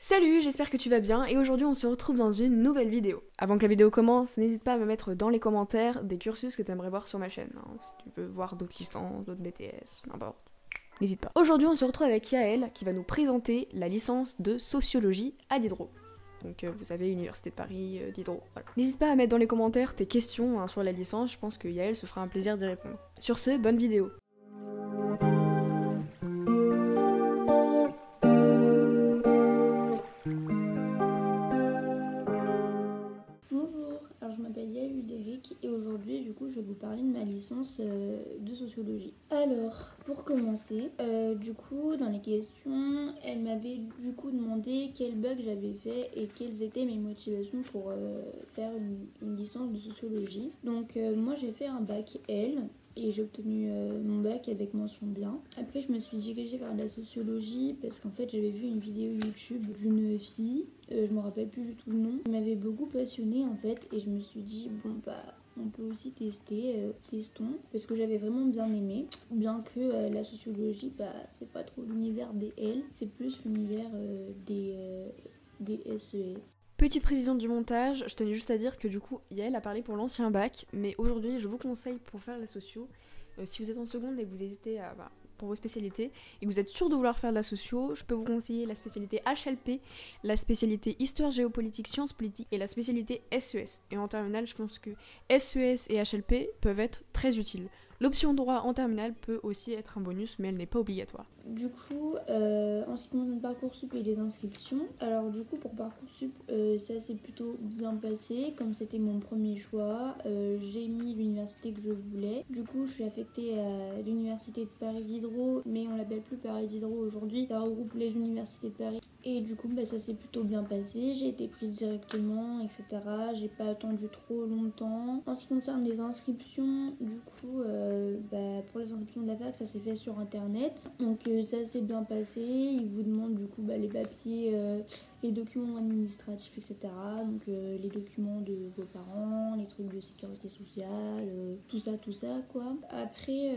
Salut, j'espère que tu vas bien et aujourd'hui on se retrouve dans une nouvelle vidéo. Avant que la vidéo commence, n'hésite pas à me mettre dans les commentaires des cursus que tu aimerais voir sur ma chaîne. Si tu veux voir d'autres licences, d'autres BTS, n'importe. N'hésite pas. Aujourd'hui on se retrouve avec Yael qui va nous présenter la licence de sociologie à Diderot. Donc vous savez, Université de Paris, Diderot, voilà. N'hésite pas à mettre dans les commentaires tes questions sur la licence, je pense que Yael se fera un plaisir d'y répondre. Sur ce, bonne vidéo. Bonjour, alors je m'appelle Yael Uldéric et aujourd'hui je vais vous parler de ma licence de sociologie. Alors, pour commencer, dans les questions, elle m'avait demandé quel bac j'avais fait et quelles étaient mes motivations pour faire une licence de sociologie. Donc moi j'ai fait un bac L. Et j'ai obtenu mon bac avec mention bien. Après, je me suis dirigée vers la sociologie parce qu'en fait, j'avais vu une vidéo YouTube d'une fille, je me rappelle plus du tout le nom, qui m'avait beaucoup passionnée en fait. Et je me suis dit, on peut aussi tester, testons, parce que j'avais vraiment bien aimé. Bien que la sociologie, c'est pas trop l'univers des L, c'est plus l'univers des SES. Petite précision du montage, je tenais juste à dire que du coup Yael a parlé pour l'ancien bac, mais aujourd'hui je vous conseille pour faire la socio, si vous êtes en seconde et que vous hésitez pour vos spécialités et que vous êtes sûr de vouloir faire de la socio, je peux vous conseiller la spécialité HLP, la spécialité Histoire géopolitique, sciences politiques et la spécialité SES. Et en terminale, je pense que SES et HLP peuvent être très utiles. L'option droit en terminale peut aussi être un bonus, mais elle n'est pas obligatoire. Du coup, en ce qui concerne Parcoursup et les inscriptions, alors du coup pour Parcoursup, ça s'est plutôt bien passé. Comme c'était mon premier choix, j'ai mis l'université que je voulais. Du coup, je suis affectée à l'université de Paris Diderot, mais on l'appelle plus Paris Diderot aujourd'hui. Ça regroupe les universités de Paris. Et du coup, ça s'est plutôt bien passé. J'ai été prise directement, etc. J'ai pas attendu trop longtemps. En ce qui concerne les inscriptions, du coup, pour les inscriptions de la fac, ça s'est fait sur internet. Donc ça s'est bien passé. Ils vous demandent du coup les papiers, les documents administratifs, etc. Donc les documents de vos parents, les trucs de sécurité sociale, tout ça quoi. Après,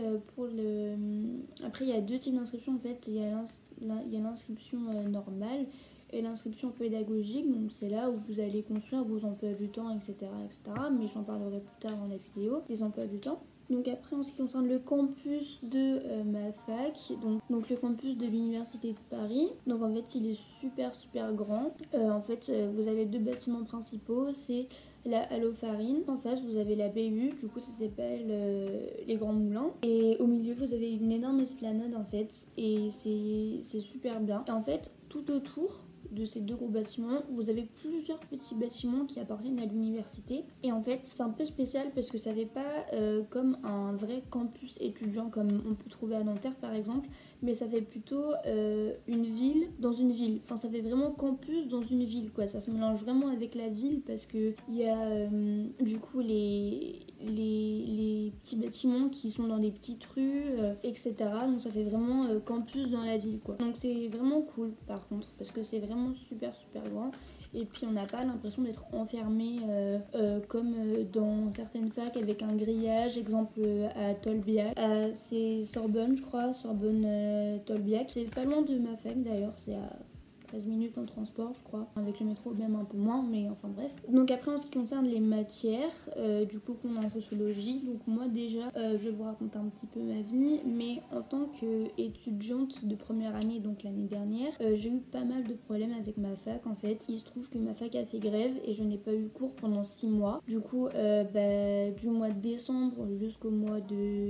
après il y a deux types d'inscriptions en fait. Il y a l'inscription normale et l'inscription pédagogique, donc c'est là où vous allez construire vos emplois du temps, etc. Mais j'en parlerai plus tard dans la vidéo, les emplois du temps. Donc après, en ce qui concerne le campus de ma fac, donc le campus de l'université de Paris, donc en fait il est super grand. Vous avez deux bâtiments principaux, c'est la Allofarine. En face vous avez la BU, du coup ça s'appelle les Grands Moulins. Et au milieu vous avez une énorme esplanade en fait, et c'est super bien. Et en fait tout autour de ces deux gros bâtiments, vous avez plusieurs petits bâtiments qui appartiennent à l'université. Et en fait, c'est un peu spécial parce que ça fait pas comme un vrai campus étudiant comme on peut trouver à Nanterre par exemple, mais ça fait plutôt une ville dans une ville. Enfin, ça fait vraiment campus dans une ville, quoi. Ça se mélange vraiment avec la ville parce que il y a du coup les petits bâtiments qui sont dans des petites rues, etc. Donc ça fait vraiment campus dans la ville, quoi. Donc c'est vraiment cool par contre parce que c'est vraiment super grand. Et puis on n'a pas l'impression d'être enfermé comme dans certaines facs avec un grillage, exemple à Tolbiac. C'est Sorbonne je crois, Sorbonne Tolbiac. C'est pas loin de ma fac d'ailleurs, c'est à 13 minutes en transport je crois, avec le métro même un peu moins, mais enfin bref. Donc après en ce qui concerne les matières du coup qu'on a en sociologie, donc moi déjà je vais vous raconter un petit peu ma vie, mais en tant qu'étudiante de première année, donc l'année dernière, j'ai eu pas mal de problèmes avec ma fac en fait. Il se trouve que ma fac a fait grève et je n'ai pas eu cours pendant 6 mois. Du coup du mois de décembre jusqu'au mois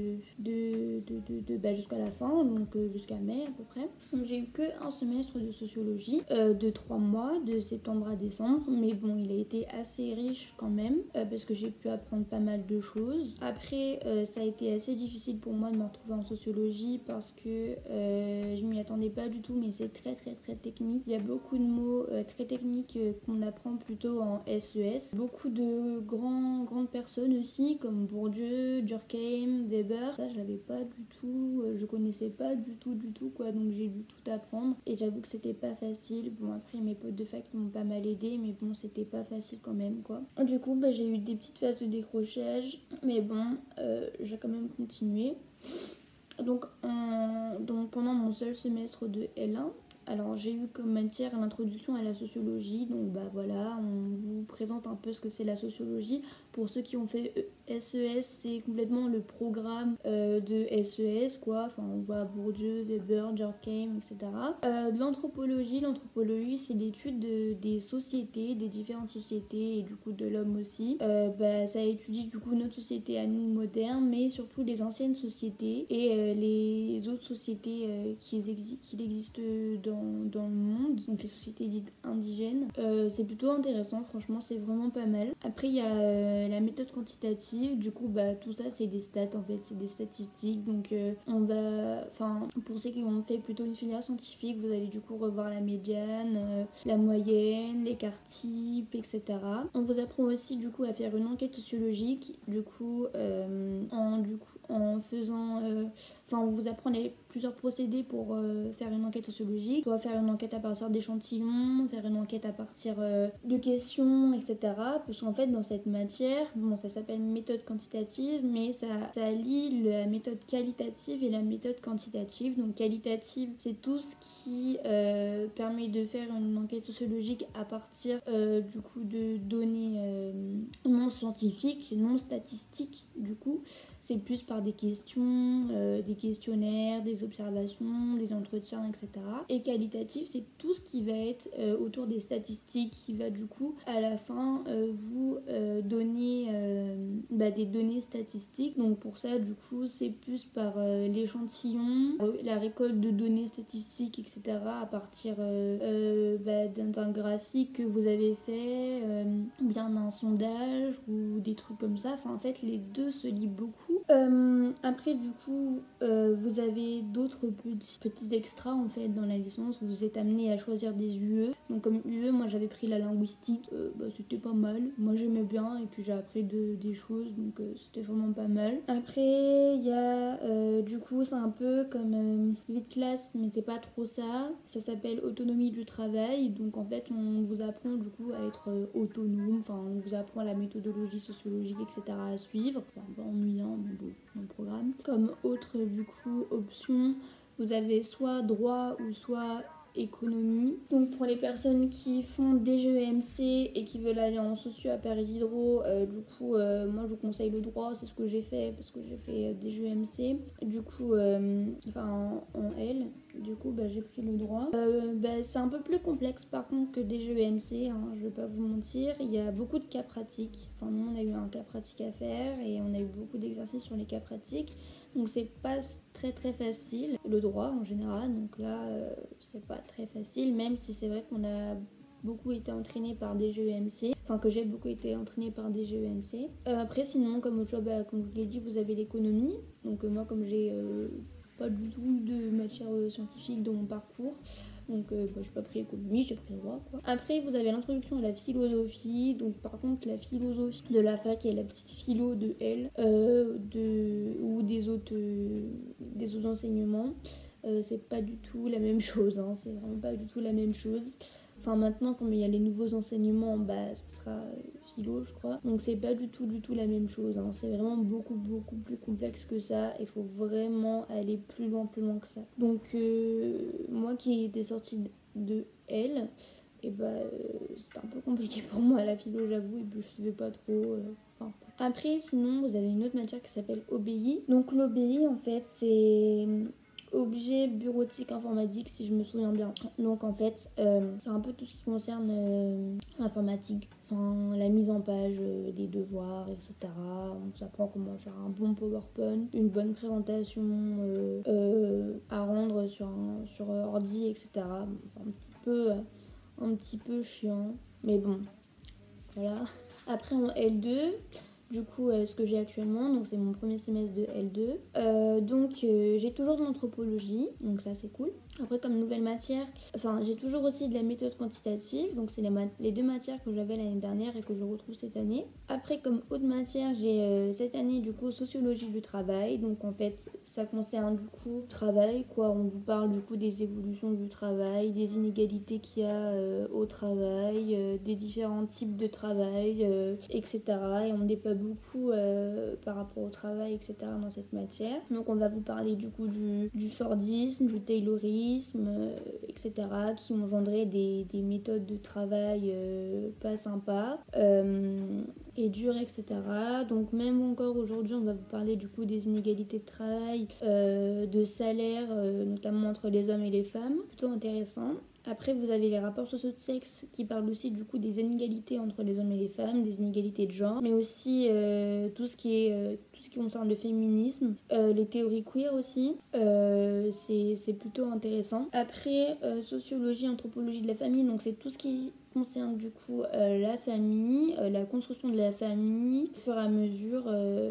jusqu'à la fin, donc jusqu'à mai à peu près. Donc j'ai eu que un semestre de sociologie de 3 mois, de septembre à décembre, mais bon il a été assez riche quand même parce que j'ai pu apprendre pas mal de choses. Après ça a été assez difficile pour moi de me retrouver en sociologie parce que je m'y attendais pas du tout, mais c'est très technique. Il y a beaucoup de mots très techniques qu'on apprend plutôt en SES. Beaucoup de grandes personnes aussi comme Bourdieu, Durkheim, Weber. Ça je l'avais pas du tout, je connaissais pas du tout quoi, donc j'ai dû tout apprendre et j'avoue que c'était pas facile. Bon après mes potes de fac m'ont pas mal aidé, mais bon c'était pas facile quand même quoi. Du coup j'ai eu des petites phases de décrochage, mais bon j'ai quand même continué. Donc pendant mon seul semestre de L1, Alors j'ai eu comme matière l'introduction à la sociologie, donc bah voilà, on vous présente un peu ce que c'est la sociologie. Pour ceux qui ont fait SES, c'est complètement le programme de SES quoi, enfin on voit Bourdieu, Weber, Durkheim, etc. De l'anthropologie c'est l'étude des sociétés, des différentes sociétés et du coup de l'homme aussi. Ça étudie du coup notre société à nous moderne, mais surtout les anciennes sociétés et les autres sociétés qui existent dans le monde, donc les sociétés dites indigènes. C'est plutôt intéressant, franchement c'est vraiment pas mal. Après il y a la méthode quantitative, du coup tout ça c'est des stats en fait, c'est des statistiques, donc pour ceux qui ont fait plutôt une filière scientifique, vous allez du coup revoir la médiane, la moyenne, l'écart type, etc. On vous apprend aussi du coup à faire une enquête sociologique, en faisant on vous apprend plusieurs procédés pour faire une enquête sociologique. On va faire une enquête à partir d'échantillons, faire une enquête à partir de questions, etc. Parce qu'en fait, dans cette matière, ça s'appelle méthode quantitative, mais ça lie la méthode qualitative et la méthode quantitative. Donc qualitative, c'est tout ce qui permet de faire une enquête sociologique à partir de données non scientifiques, non statistiques, du coup. C'est plus par des questions, des questionnaires, des observations, des entretiens, etc. Et qualitatif, c'est tout ce qui va être autour des statistiques, qui va du coup à la fin vous donner des données statistiques. Donc pour ça, du coup, c'est plus par l'échantillon, la récolte de données statistiques, etc. à partir d'un graphique que vous avez fait, bien d'un sondage ou des trucs comme ça. Enfin, en fait, les deux se lient beaucoup. Après du coup vous avez d'autres petits extras en fait dans la licence. Vous êtes amené à choisir des UE. Donc comme UE, moi j'avais pris la linguistique, c'était pas mal, moi j'aimais bien et puis j'ai appris des choses, donc c'était vraiment pas mal. Après il y a du coup c'est un peu comme vie de classe, mais c'est pas trop ça. Ça s'appelle autonomie du travail. Donc en fait on vous apprend du coup à être autonome, enfin on vous apprend la méthodologie sociologique, etc. à suivre. C'est un peu ennuyant, mais bon, c'est un programme. Comme autre du coup option, vous avez soit droit ou soit économie. Donc pour les personnes qui font DGEMC et qui veulent aller en socio à Paris Diderot, moi je vous conseille le droit, c'est ce que j'ai fait parce que j'ai fait DGEMC. Du coup, en L. Du coup, j'ai pris le droit. C'est un peu plus complexe par contre que DGEMC, hein, je vais pas vous mentir. Il y a beaucoup de cas pratiques. Enfin, nous, on a eu un cas pratique à faire et on a eu beaucoup d'exercices sur les cas pratiques. Donc, c'est pas très très facile. Le droit en général, donc là, c'est pas très facile, même si c'est vrai qu'on a beaucoup été entraîné par DGEMC, enfin que j'ai beaucoup été entraîné par DGEMC. Après sinon comme autre chose, comme je vous l'ai dit, vous avez l'économie. Donc moi comme j'ai pas du tout de matière scientifique dans mon parcours, donc j'ai pas pris économie, j'ai pris le droit quoi. Après vous avez l'introduction à la philosophie. Donc par contre la philosophie de la fac et la petite philo de L ou des autres enseignements, c'est pas du tout la même chose, hein. C'est vraiment pas du tout la même chose. Enfin maintenant comme il y a les nouveaux enseignements, ce sera philo je crois. Donc c'est pas du tout la même chose, hein. C'est vraiment beaucoup plus complexe que ça. Il faut vraiment aller plus loin que ça. Donc moi qui étais sortie de L, c'était un peu compliqué pour moi la philo j'avoue, et puis je savais pas trop. Après sinon vous avez une autre matière qui s'appelle OBI. Donc l'OBI en fait c'est objet bureautique informatique si je me souviens bien. Donc en fait c'est un peu tout ce qui concerne l'informatique, enfin la mise en page des devoirs, etc. On s'apprend comment faire un bon PowerPoint, une bonne présentation à rendre sur ordi, etc. C'est un petit peu chiant, mais bon voilà. Après en L2, du coup ce que j'ai actuellement, donc c'est mon premier semestre de L2, j'ai toujours de l'anthropologie, donc ça c'est cool. Après comme nouvelle matière, j'ai toujours aussi de la méthode quantitative, donc c'est les deux matières que j'avais l'année dernière et que je retrouve cette année. Après comme autre matière, j'ai cette année du coup sociologie du travail, donc en fait ça concerne du coup travail quoi. On vous parle du coup des évolutions du travail, des inégalités qu'il y a au travail, des différents types de travail, etc. Et on débat beaucoup par rapport au travail, etc. dans cette matière. Donc on va vous parler du coup du Fordisme, du Taylorisme, présentéisme, etc., qui ont engendré des méthodes de travail pas sympas et dures, etc. Donc même encore aujourd'hui, on va vous parler du coup des inégalités de travail, de salaire, notamment entre les hommes et les femmes. Plutôt intéressant. Après, vous avez les rapports sociaux de sexe qui parlent aussi du coup des inégalités entre les hommes et les femmes, des inégalités de genre, mais aussi tout ce qui concerne le féminisme, les théories queer aussi. C'est plutôt intéressant. Après, sociologie, anthropologie de la famille, donc c'est tout ce qui concerne du coup la famille, la construction de la famille, au fur et à mesure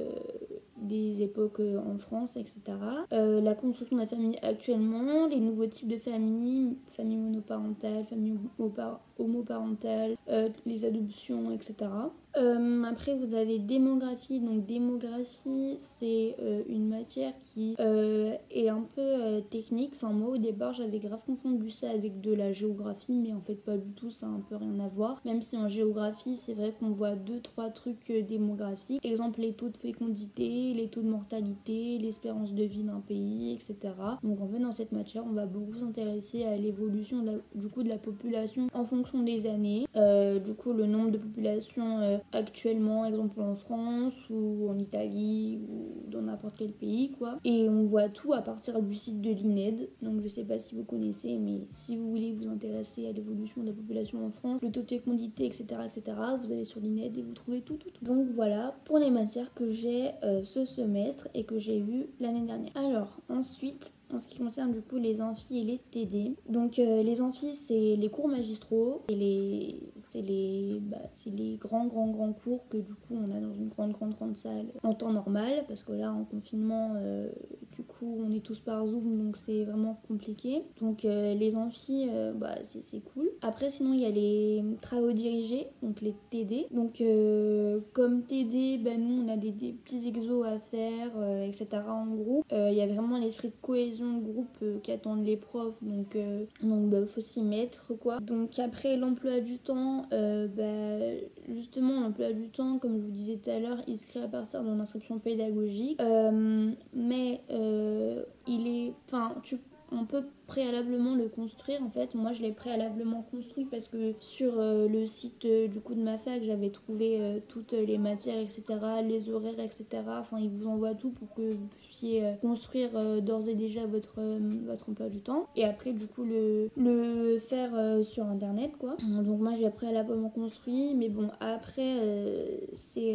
des époques en France, etc. La construction de la famille actuellement, les nouveaux types de famille, famille monoparentale, famille homoparentale, les adoptions, etc. Après, vous avez démographie. Donc, démographie, c'est une matière qui est un peu technique. Enfin, moi, au départ, j'avais grave confondu ça avec de la géographie, mais en fait, pas du tout. Ça a un peu rien à voir. Même si en géographie, c'est vrai qu'on voit 2-3 trucs démographiques. Exemple, les taux de fécondité, les taux de mortalité, l'espérance de vie d'un pays, etc. Donc, en fait, dans cette matière, on va beaucoup s'intéresser à l'évolution de la population en fonction des années. Du coup, le nombre de populations actuellement, exemple en France ou en Italie ou dans n'importe quel pays, quoi. Et on voit tout à partir du site de l'INED. Donc, je sais pas si vous connaissez, mais si vous voulez vous intéresser à l'évolution de la population en France, le taux de fécondité, etc., vous allez sur l'INED et vous trouvez tout. Donc, voilà pour les matières que j'ai ce semestre et que j'ai vues l'année dernière. Alors, ensuite, en ce qui concerne du coup les amphis et les TD. Donc les amphis, c'est les cours magistraux et c'est les grands cours que du coup on a dans une grande salle en temps normal, parce que là en confinement du coup on est tous par Zoom, donc c'est vraiment compliqué. Donc les amphis, c'est cool. Après sinon il y a les travaux dirigés, donc les TD. Donc comme TD, nous on a des petits exos à faire, etc. en groupe. Il y a vraiment l'esprit de cohésion de groupe qu'attendent les profs, donc faut s'y mettre, quoi. Donc après l'emploi du temps, justement l'emploi du temps, comme je vous disais tout à l'heure, il se crée à partir de l'instruction pédagogique, mais on peut préalablement le construire. En fait, moi je l'ai préalablement construit parce que sur le site du coup de ma fac, j'avais trouvé toutes les matières, etc., les horaires, etc. Enfin, ils vous envoient tout pour que vous puissiez construire d'ores et déjà votre emploi du temps, et après du coup le faire sur internet, quoi. Donc moi j'ai préalablement construit, mais bon, après c'est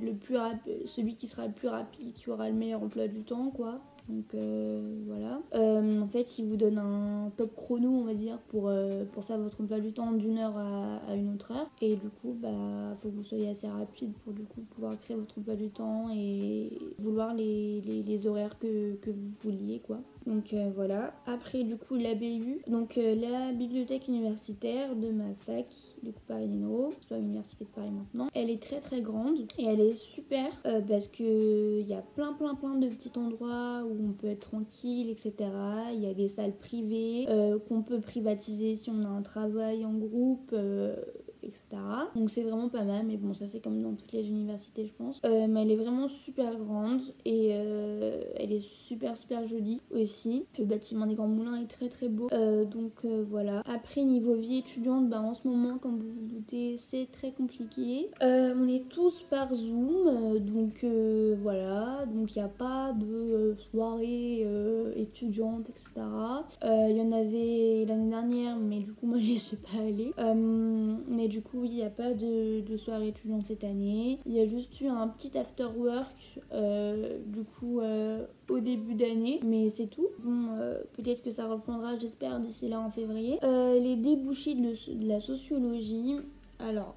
celui qui sera le plus rapide qui aura le meilleur emploi du temps, quoi. Donc voilà. En fait, il vous donne un top chrono, on va dire, pour faire votre emploi du temps d'une heure à une autre heure. Et du coup, faut que vous soyez assez rapide pour du coup pouvoir créer votre emploi du temps et vouloir les horaires que vous vouliez, quoi. Donc voilà. Après, du coup, la BU, donc la bibliothèque universitaire de ma fac, du coup Paris-Nino, soit l'université de Paris maintenant, elle est très grande et elle est super parce que il y a plein de petits endroits où on peut être tranquille, etc. Il y a des salles privées qu'on peut privatiser si on a un travail en groupe, etc. Donc c'est vraiment pas mal, mais bon, ça c'est comme dans toutes les universités, je pense. Mais elle est vraiment super grande et elle est super jolie aussi. Le bâtiment des Grands Moulins est très beau. Donc voilà. Après, niveau vie étudiante, en ce moment, comme vous vous doutez, c'est très compliqué. On est tous par Zoom, donc voilà. Donc il n'y a pas de soirée étudiante, etc. Il y en avait l'année dernière, mais du coup moi j'y suis pas allée. Mais du coup, il n'y a pas de soirée étudiante cette année. Il y a juste eu un petit after work du coup au début d'année, mais c'est tout. Bon, peut-être que ça reprendra, j'espère, d'ici là en février. Les débouchés de la sociologie. Alors,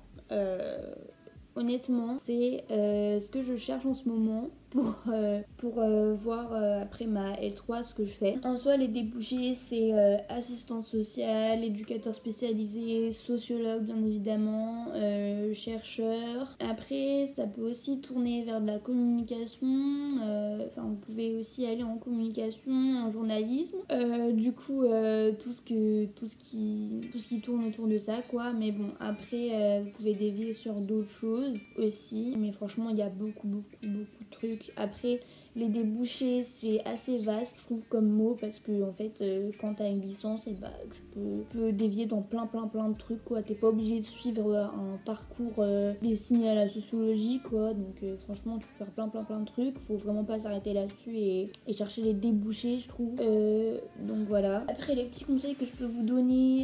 honnêtement, c'est ce que je cherche en ce moment pour voir après ma L3 ce que je fais. En soi, les débouchés, c'est assistante sociale, éducateur spécialisé, sociologue bien évidemment, chercheur. Après, ça peut aussi tourner vers de la communication. Vous pouvez aussi aller en communication, en journalisme. Du coup, tout ce qui tourne autour de ça, quoi. Mais bon, après, vous pouvez dévier sur d'autres choses aussi. Mais franchement, il y a beaucoup de trucs trucs. Après, les débouchés, c'est assez vaste, je trouve, comme mot, parce que en fait, quand t'as une licence, et bah, tu peux dévier dans plein de trucs, quoi. T'es pas obligé de suivre un parcours destiné à la sociologie, quoi. Donc, franchement, tu peux faire plein de trucs. Faut vraiment pas s'arrêter là-dessus et chercher les débouchés, je trouve. Donc, voilà. Après, les petits conseils que je peux vous donner,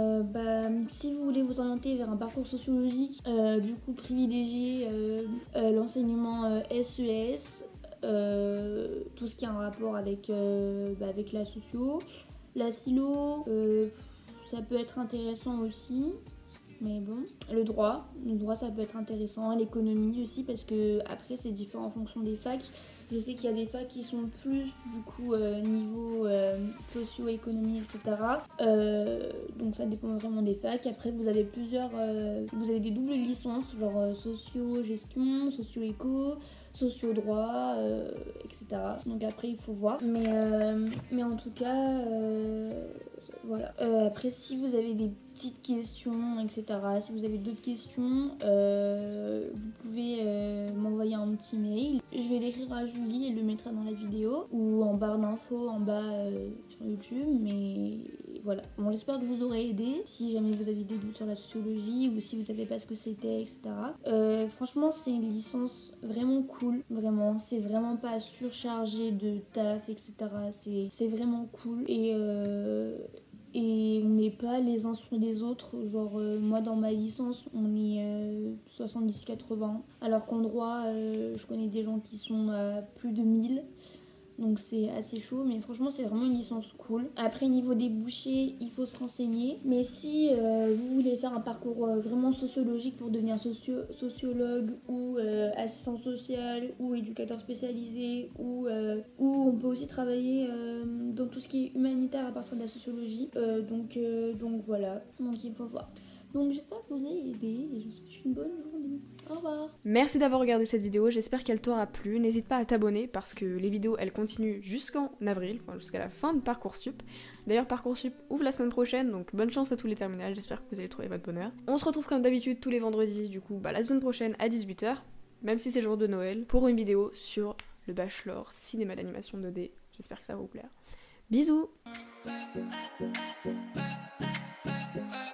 si vous voulez vous orienter vers un parcours sociologique, du coup, privilégiez l'enseignement SES. Tout ce qui a un rapport avec la socio. La philo, ça peut être intéressant aussi, mais bon. Le droit ça peut être intéressant. L'économie aussi, parce que après c'est différent en fonction des facs. Je sais qu'il y a des facs qui sont plus du coup niveau socio-économie, etc. Donc ça dépend vraiment des facs. Après vous avez vous avez des doubles licences, genre socio-gestion, socio-éco, socio-droit, etc. Donc après il faut voir. Mais en tout cas, voilà. Après si vous avez des petites questions, etc. Si vous avez d'autres questions, vous pouvez m'envoyer un petit mail. Je vais l'écrire à Julie et le mettra dans la vidéo ou en barre d'infos en bas sur YouTube. Mais voilà. Bon, j'espère que je vous aurai aidé. Si jamais vous avez des doutes sur la sociologie ou si vous savez pas ce que c'était, etc. Franchement, c'est une licence vraiment cool. Vraiment, c'est vraiment pas surchargé de taf, etc. C'est vraiment cool et on n'est pas les uns sur les autres. Genre moi dans ma licence on est 70-80 alors qu'en droit je connais des gens qui sont à plus de 1000. Donc c'est assez chaud, mais franchement c'est vraiment une licence cool. Après niveau débouchés, il faut se renseigner. Mais si vous voulez faire un parcours vraiment sociologique pour devenir sociologue ou assistant social ou éducateur spécialisé ou on peut aussi travailler dans tout ce qui est humanitaire à partir de la sociologie. Donc voilà, donc il faut voir. Donc j'espère que vous avez aidé et je vous souhaite une bonne journée. Au revoir. Merci d'avoir regardé cette vidéo, j'espère qu'elle t'aura plu. N'hésite pas à t'abonner parce que les vidéos elles continuent jusqu'en avril, enfin jusqu'à la fin de Parcoursup. D'ailleurs Parcoursup ouvre la semaine prochaine, donc bonne chance à tous les terminales, j'espère que vous allez trouver votre bonheur. On se retrouve comme d'habitude tous les vendredis, du coup la semaine prochaine à 18h, même si c'est le jour de Noël, pour une vidéo sur le bachelor cinéma d'animation 2D. J'espère que ça va vous plaire. Bisous.